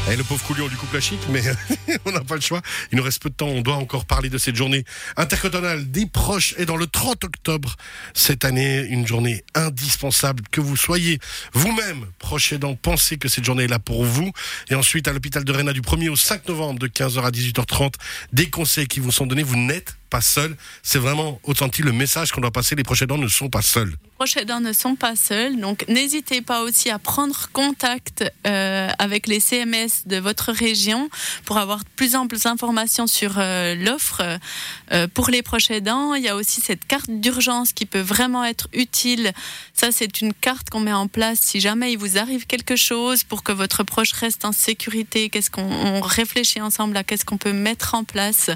Et le pauvre couillon du couple à chic, mais on n'a pas le choix. Il nous reste peu de temps, on doit encore parler de cette journée intercantonale des proches. Et dans le 30 octobre, cette année, une journée indispensable. Que vous soyez vous-même proche aidant, pensez que cette journée est là pour vous. Et ensuite, à l'hôpital de Rhénat, du 1er au 5 novembre, de 15h à 18h30, des conseils qui vous sont donnés. Vous n'êtes pas seul. C'est vraiment, autant-il, le message qu'on doit passer. Les proches aidants ne sont pas seuls. Les proches aidants ne sont pas seuls. Donc, n'hésitez pas aussi à prendre contact avec les CMS de votre région pour avoir de plus amples informations sur l'offre pour les proches aidants. Il y a aussi cette carte d'urgence qui peut vraiment être utile. Ça, c'est une carte qu'on met en place si jamais il vous arrive quelque chose pour que votre proche reste en sécurité. On réfléchit ensemble à qu'est-ce qu'on peut mettre en place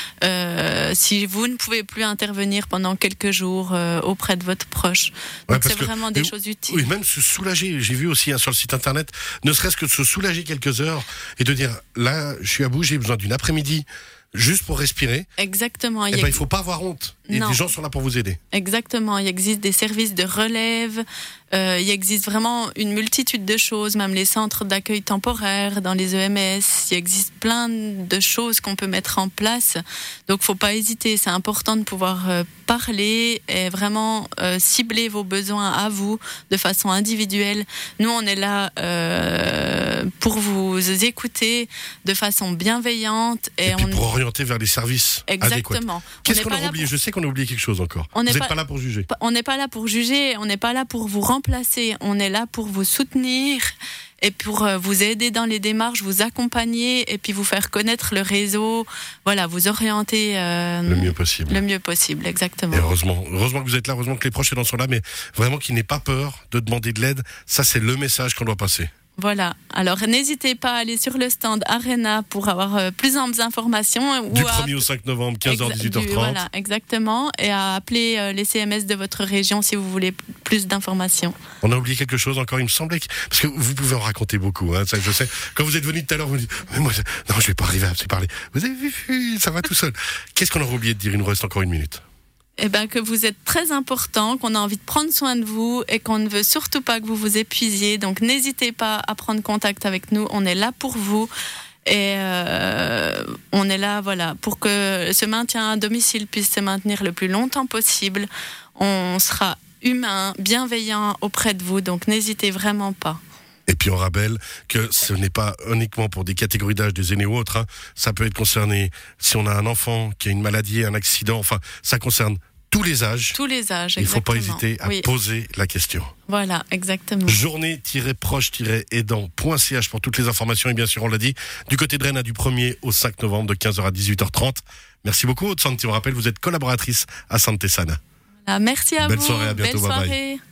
si vous ne pouvez plus intervenir pendant quelques jours auprès de votre proche. Donc, c'est vraiment des choses utiles. Oui, même se soulager. J'ai vu aussi sur le site internet, ne serait-ce que de se soulager quelques heures et de dire, là, je suis à bout, j'ai besoin d'une après-midi juste pour respirer. Exactement. Il ne faut pas avoir honte. Et des gens sont là pour vous aider. Exactement. Il existe des services de relève. Il existe vraiment une multitude de choses, même les centres d'accueil temporaire dans les EMS. Il existe plein de choses qu'on peut mettre en place. Donc, faut pas hésiter. C'est important de pouvoir parler et vraiment cibler vos besoins à vous de façon individuelle. Nous, on est là pour vous écouter de façon bienveillante et puis pour orienter vers les services adéquats. Exactement. Qu'est-ce qu'on a oublié ? Je sais qu'on a oublié quelque chose encore. Vous n'êtes pas là pour juger. On n'est pas là pour juger, on n'est pas là pour vous remplacer, on est là pour vous soutenir et pour vous aider dans les démarches, vous accompagner et puis vous faire connaître le réseau, voilà, vous orienter le mieux possible. Le mieux possible, exactement. Et heureusement que vous êtes là, heureusement que les proches aidants sont là, mais vraiment qu'il n'ait pas peur de demander de l'aide. Ça, c'est le message qu'on doit passer. Voilà. Alors, n'hésitez pas à aller sur le stand Arena pour avoir plus amples informations. Du 1er au 5 novembre, 15h, 18h30. Voilà, exactement. Et à appeler les CMS de votre région si vous voulez plus d'informations. On a oublié quelque chose encore, il me semblait. Parce que vous pouvez en raconter beaucoup, hein, ça, je sais. Quand vous êtes venu tout à l'heure, vous me dites, mais moi, non, je vais pas arriver à se parler. Vous avez vu, ça va tout seul. Qu'est-ce qu'on aurait oublié de dire ? Il nous reste encore une minute. Que vous êtes très important, qu'on a envie de prendre soin de vous et qu'on ne veut surtout pas que vous vous épuisiez. Donc, n'hésitez pas à prendre contact avec nous. On est là pour vous et on est là, voilà, pour que ce maintien à domicile puisse se maintenir le plus longtemps possible. On sera humain, bienveillant auprès de vous. Donc, n'hésitez vraiment pas. Et puis on rappelle que ce n'est pas uniquement pour des catégories d'âge, des aînés ou autres. Hein. Ça peut être concerné si on a un enfant qui a une maladie, un accident. Enfin, ça concerne tous les âges. Tous les âges, exactement. Il ne faut pas hésiter à poser la question. Voilà, exactement. Journée-proche-aidant.ch pour toutes les informations. Et bien sûr, on l'a dit, du côté de Rhénat, du 1er au 5 novembre, de 15h à 18h30. Merci beaucoup, Aude Santi. On rappelle, vous êtes collaboratrice à Santé Sana. Voilà, merci à vous. Belle soirée, à bientôt. Belle bye soirée. bye.